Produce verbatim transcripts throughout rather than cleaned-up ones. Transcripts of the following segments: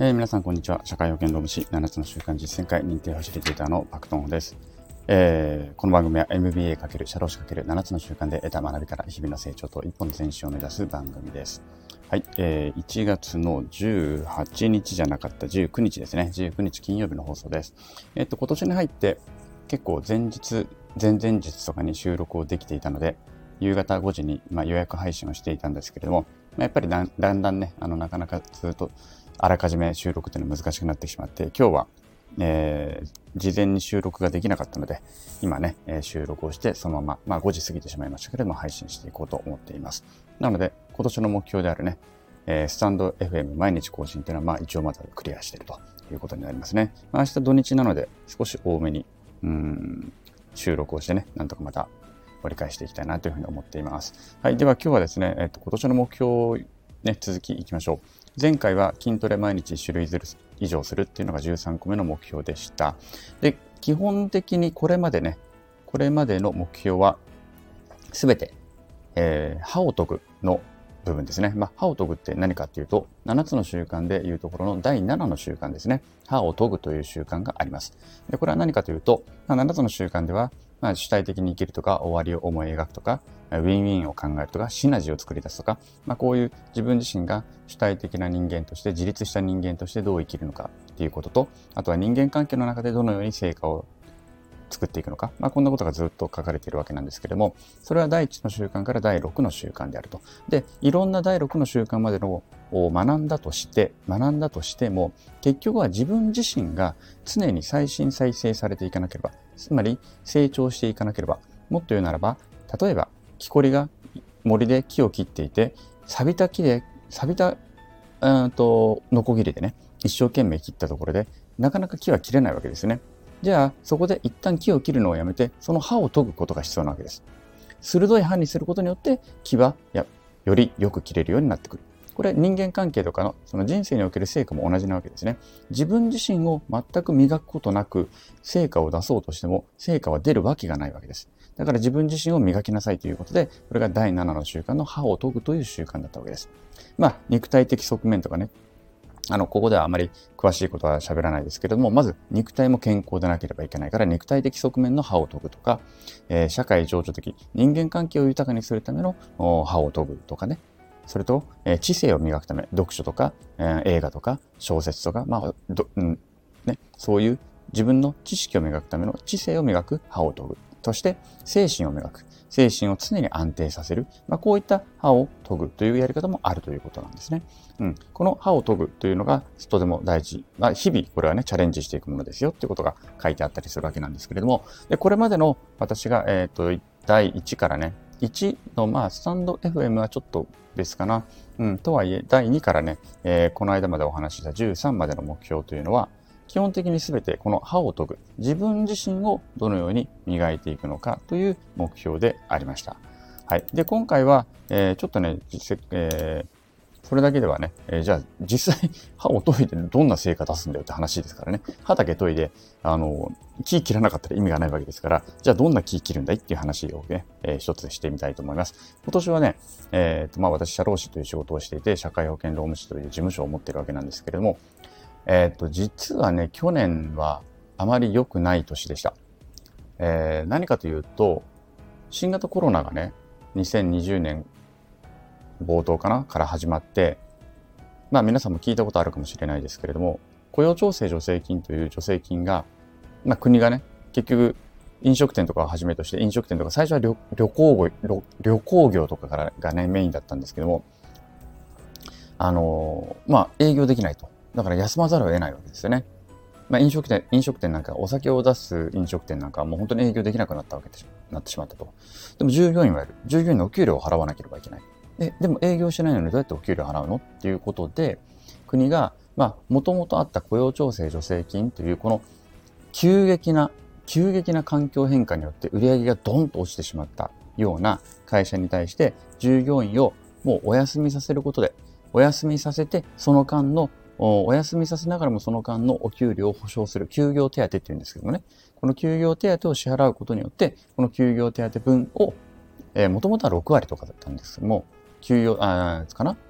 えー皆さんこんにちは。社会保険労務士ななつの習慣実践会認定ファシリテーターのパクトンです。えーこの番組は エムビーエー× 社労士 ×ななつの習慣で得た学びから日々の成長と一歩の前進を目指す番組です。はい、えー、いちがつのじゅうはちにちじゃなかったじゅうくにちですね。じゅうくにち金曜日の放送です。えっと、今年に入って結構前日、前々日とかに収録をできていたので、夕方ごじに、まあ、予約配信をしていたんですけれども、まあ、やっぱりだんだんだんね、あの、なかなかずっとあらかじめ収録っていうのは難しくなってしまって、今日は、えー、事前に収録ができなかったので、今ね、えー収録をしてそのまま、まあごじ過ぎてしまいましたけれども、配信していこうと思っています。なので、今年の目標であるね、えースタンド エフエム 毎日更新っていうのは、まあ一応まだクリアしているということになりますね。まあ、明日土日なので、少し多めに、うーん、収録をしてね、なんとかまた折り返していきたいなというふうに思っています。はい。では今日はですね、えっと、今年の目標をね、続きいきましょう。前回は筋トレ毎日いち種類以上するっていうのがじゅうさんこめの目標でした。で、基本的にこれまでね、これまでの目標はすべて、えー歯を研ぐの部分ですね。まあ、歯を研ぐって何かっていうと、ななつの習慣でいうところのだいななの習慣ですね。歯を研ぐという習慣があります。で、これは何かというと、まあ、ななつの習慣では、まあ、主体的に生きるとか、終わりを思い描くとか、ウィンウィンを考えるとか、シナジーを作り出すとか、まあ、こういう自分自身が主体的な人間として、自立した人間としてどう生きるのかっていうことと、あとは人間関係の中でどのように成果を作っていくのか、まあ、こんなことがずっと書かれているわけなんですけれども、それはだいいちの習慣からだいろくの習慣であると。で、いろんなだいろくの習慣までのを学んだとして、学んだとしても、結局は自分自身が常に再審再生されていかなければ、つまり成長していかなければ、もっと言うならば、例えば、木こりが森で木を切っていて、錆びた木で、錆びた、うーんと、ノコギリでね、一生懸命切ったところで、なかなか木は切れないわけですよね。じゃあ、そこで一旦木を切るのをやめて、その刃を研ぐことが必要なわけです。鋭い刃にすることによって、木はやよりよく切れるようになってくる。これ人間関係とかのその人生における成果も同じなわけですね。自分自身を全く磨くことなく成果を出そうとしても成果は出るわけがないわけです。だから自分自身を磨きなさいということで、これがだいななの習慣の刃を研ぐという習慣だったわけです。まあ、肉体的側面とかね、あの、ここではあまり詳しいことは喋らないですけれども、まず肉体も健康でなければいけないから、肉体的側面の歯を研ぐとか、えー社会情緒的、人間関係を豊かにするためのお歯を研ぐとかね。それと、えー知性を磨くため、読書とか、えー映画とか、小説とか、まあ、どうんね、そういう自分の知識を磨くための知性を磨く歯を研ぐ。そして、精神を磨く。精神を常に安定させる。まあ、こういった歯を研ぐというやり方もあるということなんですね。うん、この歯を研ぐというのがとても大事。まあ、日々これはね、チャレンジしていくものですよっていうことが書いてあったりするわけなんですけれども、でこれまでの私が、えっと、だいいちからね、いちの、まあ、スタンド エフエム はちょっと別かな。うん、とはいえ、だいにからね、えーこの間までお話ししたじゅうさんまでの目標というのは、基本的に全てこの歯を研ぐ、自分自身をどのように磨いていくのかという目標でありました。はい。で、今回は、えーちょっとね、実えーそれだけではね、えーじゃあ実際歯を研いでどんな成果出すんだよって話ですからね。歯だけ研いで、あの、木切らなかったら意味がないわけですから、じゃあどんな木切るんだいっていう話をね、えー一つしてみたいと思います。今年はね、えーと、まあ私、社労士という仕事をしていて、社会保険労務士という事務所を持っているわけなんですけれども、えっと、実はね、去年はあまり良くない年でした。えー何かというと、新型コロナがね、にせんにじゅうねん冒頭かなから始まって、まあ皆さんも聞いたことあるかもしれないですけれども、雇用調整助成金という助成金が、まあ国がね、結局飲食店とかをはじめとして飲食店とか最初は旅旅行業旅旅行業とかからがねメインだったんですけども、あのーまあ営業できないと。だから休まざるを得ないわけですよね。まあ飲食店、飲食店なんかお酒を出す飲食店なんかはもう本当に営業できなくなったわけでしなってしまったと。でも従業員はいる。従業員のお給料を払わなければいけない。で、でも営業してないのにどうやってお給料を払うのっていうことで、国が、まあ、もともとあった雇用調整助成金というこの急激な、急激な環境変化によって売り上げがドンと落ちてしまったような会社に対して従業員をもうお休みさせることで、お休みさせてその間のおお休みさせながらもその間のお給料を保証する休業手当って言うんですけどもね、この休業手当を支払うことによって、この休業手当分を、えー、もともとはろくわりとかだったんですけども、給与、あー、かな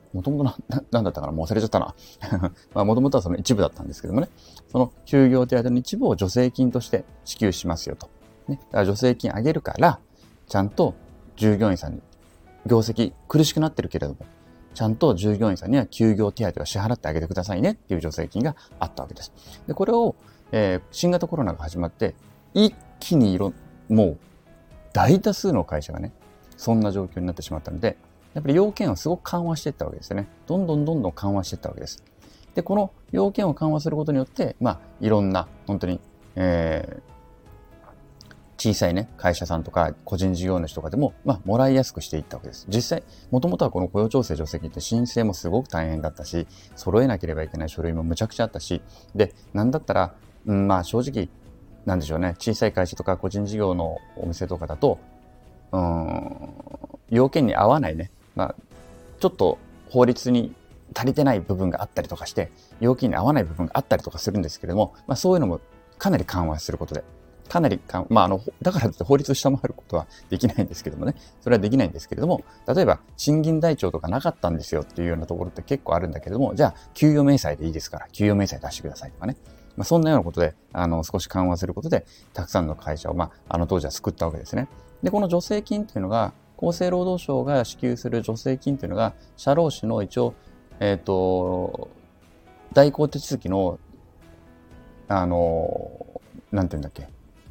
もともとな、な、なんだったかなもう忘れちゃったな。まあ、もともとはその一部だったんですけどもね。その休業手当の一部を助成金として支給しますよと。ね。だから助成金あげるから、ちゃんと従業員さんに、業績苦しくなってるけれども、ちゃんと従業員さんには休業手当を支払ってあげてくださいねっていう助成金があったわけです。で、これを、えー、新型コロナが始まって、一気にいろ、もう大多数の会社がね、そんな状況になってしまったので、やっぱり要件をすごく緩和していったわけですよね。どんどんどんどん緩和していったわけです。で、この要件を緩和することによって、まあ、いろんな、本当に、えー、小さいね、会社さんとか個人事業主とかでも、まあ、もらいやすくしていったわけです。実際、もともとはこの雇用調整助成金って申請もすごく大変だったし、揃えなければいけない書類もむちゃくちゃあったし、で、なんだったら、うん、まあ、正直、なんでしょうね、小さい会社とか個人事業のお店とかだと、うーん、要件に合わないね、まあ、ちょっと法律に足りてない部分があったりとかして、要件に合わない部分があったりとかするんですけれども、まあ、そういうのもかなり緩和することで、かなりか、まあ、あの、だからって法律を下回ることはできないんですけどもね、それはできないんですけれども、例えば、賃金台帳とかなかったんですよっていうようなところって結構あるんだけれども、じゃあ、給与明細でいいですから、給与明細出してくださいとかね。まあ、そんなようなことで、あの、少し緩和することで、たくさんの会社を、まあ、あの当時は救ったわけですね。で、この助成金っていうのが、厚生労働省が支給する助成金というのが、社労士の一応、えっと、代行手続きの、あの、なんていうんだっけ、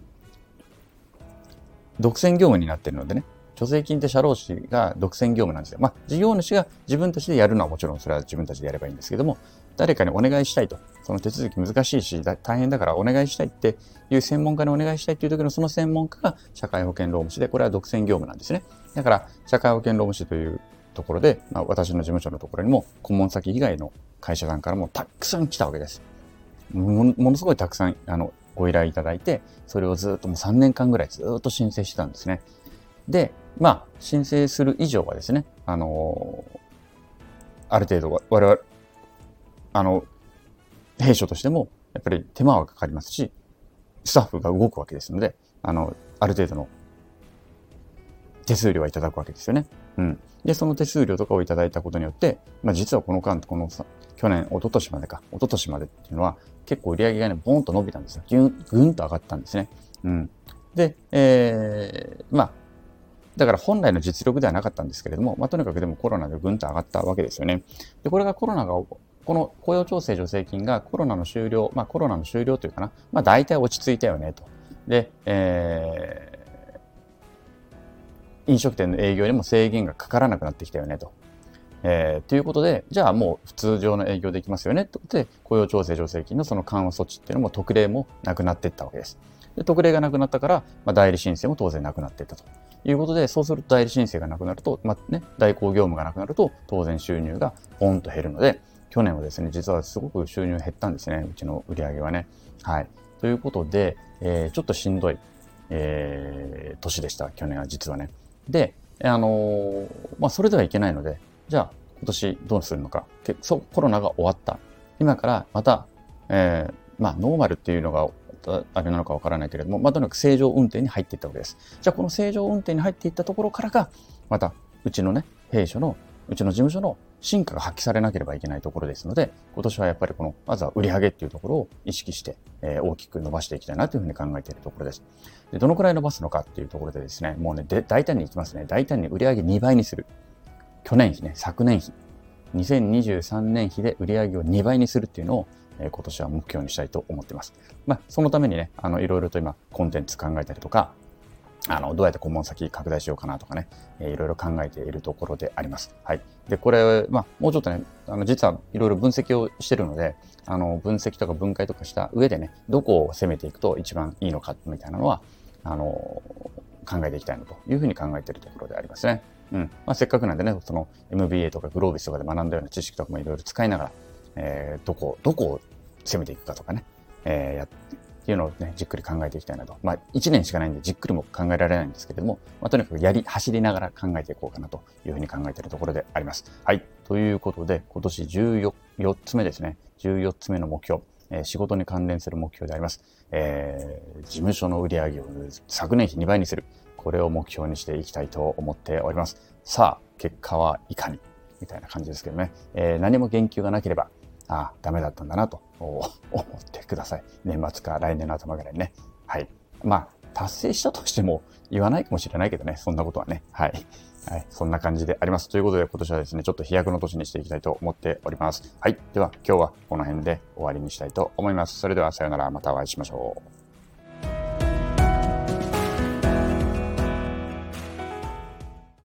独占業務になっているのでね、助成金って社労士が独占業務なんですよ。まあ、事業主が自分たちでやるのはもちろんそれは自分たちでやればいいんですけども、誰かにお願いしたいと。その手続き難しいし、大変だからお願いしたいっていう専門家にお願いしたいっていう時のその専門家が社会保険労務士で、これは独占業務なんですね。だから、社会保険労務士というところで、まあ、私の事務所のところにも、顧問先以外の会社さんからもたくさん来たわけです。も, ものすごいたくさん、あの、ご依頼いただいて、それをずっともうさんねんかんぐらいずっと申請してたんですね。で、まあ、申請する以上はですね、あのー、ある程度我々、あの、弊社としても、やっぱり手間はかかりますし、スタッフが動くわけですので、あの、ある程度の手数料はいただくわけですよね。うん。で、その手数料とかをいただいたことによって、まあ実はこの間、このさ、去年、一昨年までか、一昨年までっていうのは、結構売り上げがね、ボーンと伸びたんですよ。ぎゅん、ぐんと上がったんですね。うん。で、えー、まあ、だから本来の実力ではなかったんですけれども、まあとにかくでもコロナでぐんと上がったわけですよね。で、これがコロナが、この雇用調整助成金がコロナの終了、まあコロナの終了というかな、まあ大体落ち着いたよねと。で、えー、飲食店の営業にも制限がかからなくなってきたよねと。えー、ということで、じゃあもう普通常の営業できますよねってことで、雇用調整助成金のその緩和措置っていうのも特例もなくなっていったわけです。で、特例がなくなったから、まあ、代理申請も当然なくなっていったということで、そうすると代理申請がなくなると、まあね、代行業務がなくなると、当然収入がポンと減るので、去年はですね、実はすごく収入減ったんですね、うちの売り上げはね。はい。ということで、えー、ちょっとしんどい、えー、年でした、去年は実はね。で、あのー、まあ、それではいけないので、じゃあ、今年どうするのか。そう、コロナが終わった。今からまた、えー、まあ、ノーマルっていうのが、あれなのかわからないけれども、まあ、とにかく正常運転に入っていったわけです。じゃあ、この正常運転に入っていったところからが、また、うちのね、弊社の、うちの事務所の進化が発揮されなければいけないところですので、今年はやっぱりこの、まずは売り上げっていうところを意識して、えー、大きく伸ばしていきたいなというふうに考えているところです。で、どのくらい伸ばすのかっていうところでですね、もうね、で大胆にいきますね。大胆に売り上げにばいにする。去年比ね、昨年比。にせんにじゅうさんねん比で売り上げをにばいにするっていうのを、えー、今年は目標にしたいと思っています。まあ、そのためにね、あの、いろいろと今、コンテンツ考えたりとか、あの、どうやって顧問先拡大しようかなとかね、えー、いろいろ考えているところであります。はい。で、これ、まあ、もうちょっとね、あの、実はいろいろ分析をしてるので、あの、分析とか分解とかした上でね、どこを攻めていくと一番いいのか、みたいなのは、あの、考えていきたいなというふうに考えているところでありますね。うん。まあ、せっかくなんでね、その エムビーエー とかグロービスとかで学んだような知識とかもいろいろ使いながら、えー、どこ、どこを攻めていくかとかね、えー、やっていうのをね、じっくり考えていきたいなと。まあ、いちねんしかないんでじっくりも考えられないんですけれども、まあ、とにかくやり、走りながら考えていこうかなというふうに考えているところであります。はい。ということで、今年じゅうよっつめですね。じゅうよっつめの目標。えー、仕事に関連する目標であります。えー、事務所の売り上げを昨年比にばいにする。これを目標にしていきたいと思っております。さあ、結果はいかに。 みたいな感じですけどね。えー、何も言及がなければ、ああ、ダメだったんだなと思ってください。年末か来年の頭ぐらいにね。はい。まあ、達成したとしても言わないかもしれないけどね、そんなことはね。はい。はい。そんな感じであります。ということで、今年はですね、ちょっと飛躍の年にしていきたいと思っております。はい。では、今日はこの辺で終わりにしたいと思います。それでは、さようなら。またお会いしましょう。